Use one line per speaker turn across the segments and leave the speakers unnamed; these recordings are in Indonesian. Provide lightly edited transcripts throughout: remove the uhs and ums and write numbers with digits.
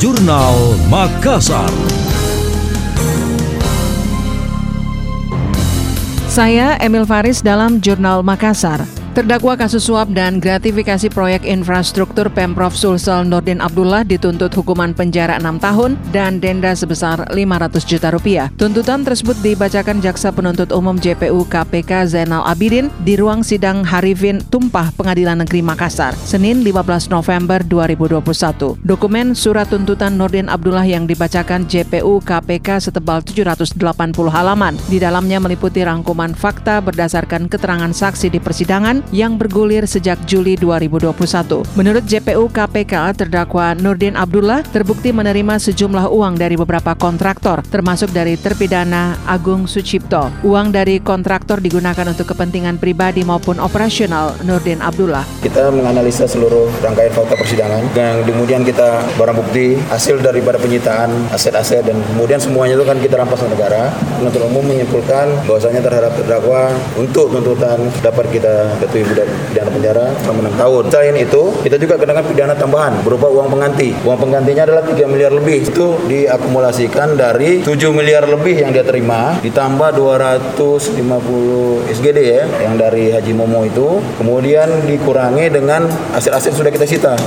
Jurnal Makassar.
Saya Emil Faris dalam Jurnal Makassar. Terdakwa kasus suap dan gratifikasi proyek infrastruktur Pemprov Sulsel Nurdin Abdullah dituntut hukuman penjara 6 tahun dan denda sebesar 500 juta rupiah. Tuntutan tersebut dibacakan Jaksa Penuntut Umum JPU KPK Zainal Abidin di ruang sidang Harifin Tumpah Pengadilan Negeri Makassar, Senin 15 November 2021. Dokumen surat tuntutan Nurdin Abdullah yang dibacakan JPU KPK setebal 780 halaman. Di dalamnya meliputi rangkuman fakta berdasarkan keterangan saksi di persidangan yang bergulir sejak Juli 2021. Menurut JPU KPK, terdakwa Nurdin Abdullah terbukti menerima sejumlah uang dari beberapa kontraktor, termasuk dari terpidana Agung Sucipto. Uang dari kontraktor digunakan untuk kepentingan pribadi maupun operasional Nurdin Abdullah.
Kita menganalisa seluruh rangkaian fakta persidangan, yang kemudian kita barang bukti, hasil daripada penyitaan aset-aset, dan kemudian semuanya itu kan kita rampas ke negara. Penuntut umum menyimpulkan bahwasanya terhadap terdakwa untuk tuntutan dapat kita pidana penjara selama 6 tahun. Selain itu, kita juga kenakan pidana tambahan berupa uang pengganti. Uang penggantinya adalah 3 miliar lebih. Itu diakumulasikan dari 7 miliar lebih yang dia terima, ditambah 250 SGD yang dari Haji Momo itu, kemudian dikurangi dengan aset-aset sudah kita sita.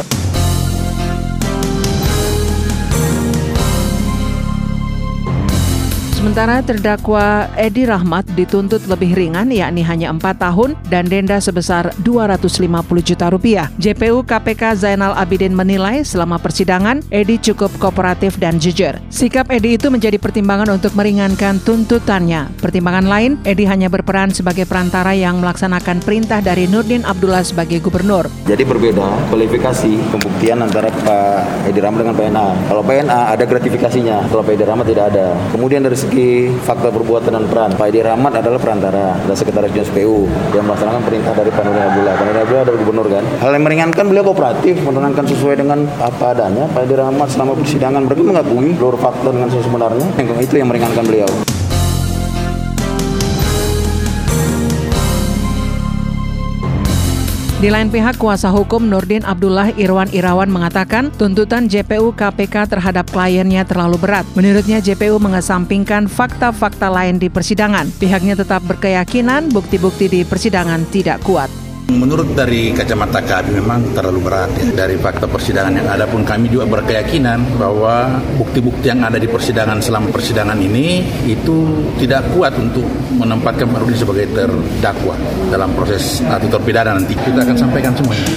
Sementara terdakwa Edi Rahmat dituntut lebih ringan, yakni hanya 4 tahun dan denda sebesar 250 juta rupiah. JPU KPK Zainal Abidin menilai selama persidangan, Edi cukup kooperatif dan jujur. Sikap Edi itu menjadi pertimbangan untuk meringankan tuntutannya. Pertimbangan lain, Edi hanya berperan sebagai perantara yang melaksanakan perintah dari Nurdin Abdullah sebagai gubernur.
Jadi berbeda kualifikasi pembuktian antara Pak Edi Rahmat dengan PNA. Kalau PNA ada gratifikasinya, kalau Pak Edi Rahmat tidak ada. Kemudian dari segi fakta perbuatan dan peran, Pak Edi Rahmat adalah perantara dan sekretaris jenderal SPU yang melaksanakan perintah dari Pak Nurdin Abdullah. Pak Nurdin Abdullah adalah gubernur kan. Hal yang meringankan, beliau kooperatif, menerangkan sesuai dengan apa adanya. Pak Edi Rahmat selama persidangan mereka mengakui seluruh fakta dengan sebenarnya. Itu yang meringankan beliau.
Di lain pihak, kuasa hukum Nurdin Abdullah Irwan Irawan mengatakan tuntutan JPU KPK terhadap kliennya terlalu berat. Menurutnya, JPU mengesampingkan fakta-fakta lain di persidangan. Pihaknya tetap berkeyakinan bukti-bukti di persidangan tidak kuat.
Menurut dari kacamata kami memang terlalu berat dari fakta persidangan yang ada, pun kami juga berkeyakinan bahwa bukti-bukti yang ada di persidangan selama persidangan ini itu tidak kuat untuk menempatkan Pak Nurdin sebagai terdakwa dalam proses atau terpidana. Nanti kita akan sampaikan semuanya.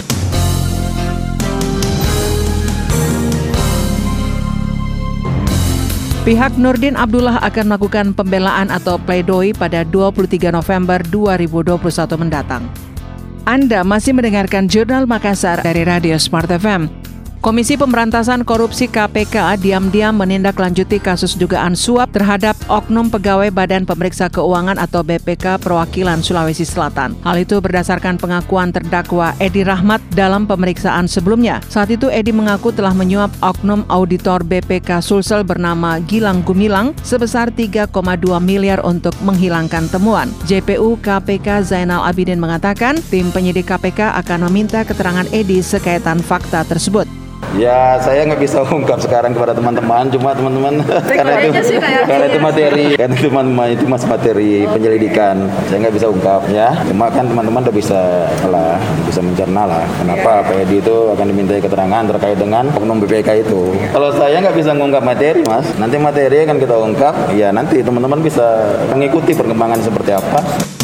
Pihak Nurdin Abdullah akan melakukan pembelaan atau pledoi pada 23 November 2021 mendatang. Anda masih mendengarkan Jurnal Makassar dari Radio Smart FM. Komisi Pemberantasan Korupsi KPK diam-diam menindaklanjuti kasus dugaan suap terhadap oknum pegawai Badan Pemeriksa Keuangan atau BPK Perwakilan Sulawesi Selatan. Hal itu berdasarkan pengakuan terdakwa Edi Rahmat dalam pemeriksaan sebelumnya. Saat itu Edi mengaku telah menyuap oknum auditor BPK Sulsel bernama Gilang Gumilang sebesar 3,2 miliar untuk menghilangkan temuan. JPU KPK Zainal Abidin mengatakan tim penyidik KPK akan meminta keterangan Edi sekaitan fakta tersebut.
Ya, saya nggak bisa ungkap sekarang kepada teman-teman, cuma teman-teman karena itu materi, kan itu masih materi penyelidikan, saya nggak bisa ungkap ya. Cuma kan teman-teman udah bisa mencerna lah kenapa Pak Edi itu akan dimintai keterangan terkait dengan oknum BPK itu. Kalau saya nggak bisa mengungkap materi, Mas, nanti materi akan kita ungkap, ya nanti teman-teman bisa mengikuti perkembangan seperti apa.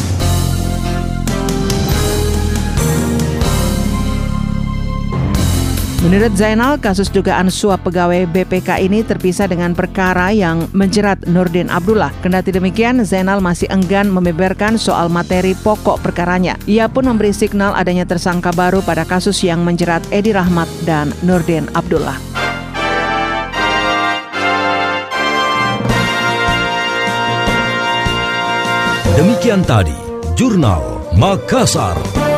Menurut Zainal, kasus dugaan suap pegawai BPK ini terpisah dengan perkara yang menjerat Nurdin Abdullah. Kendati demikian, Zainal masih enggan membeberkan soal materi pokok perkaranya. Ia pun memberi signal adanya tersangka baru pada kasus yang menjerat Edi Rahmat dan Nurdin Abdullah.
Demikian tadi, Jurnal Makassar.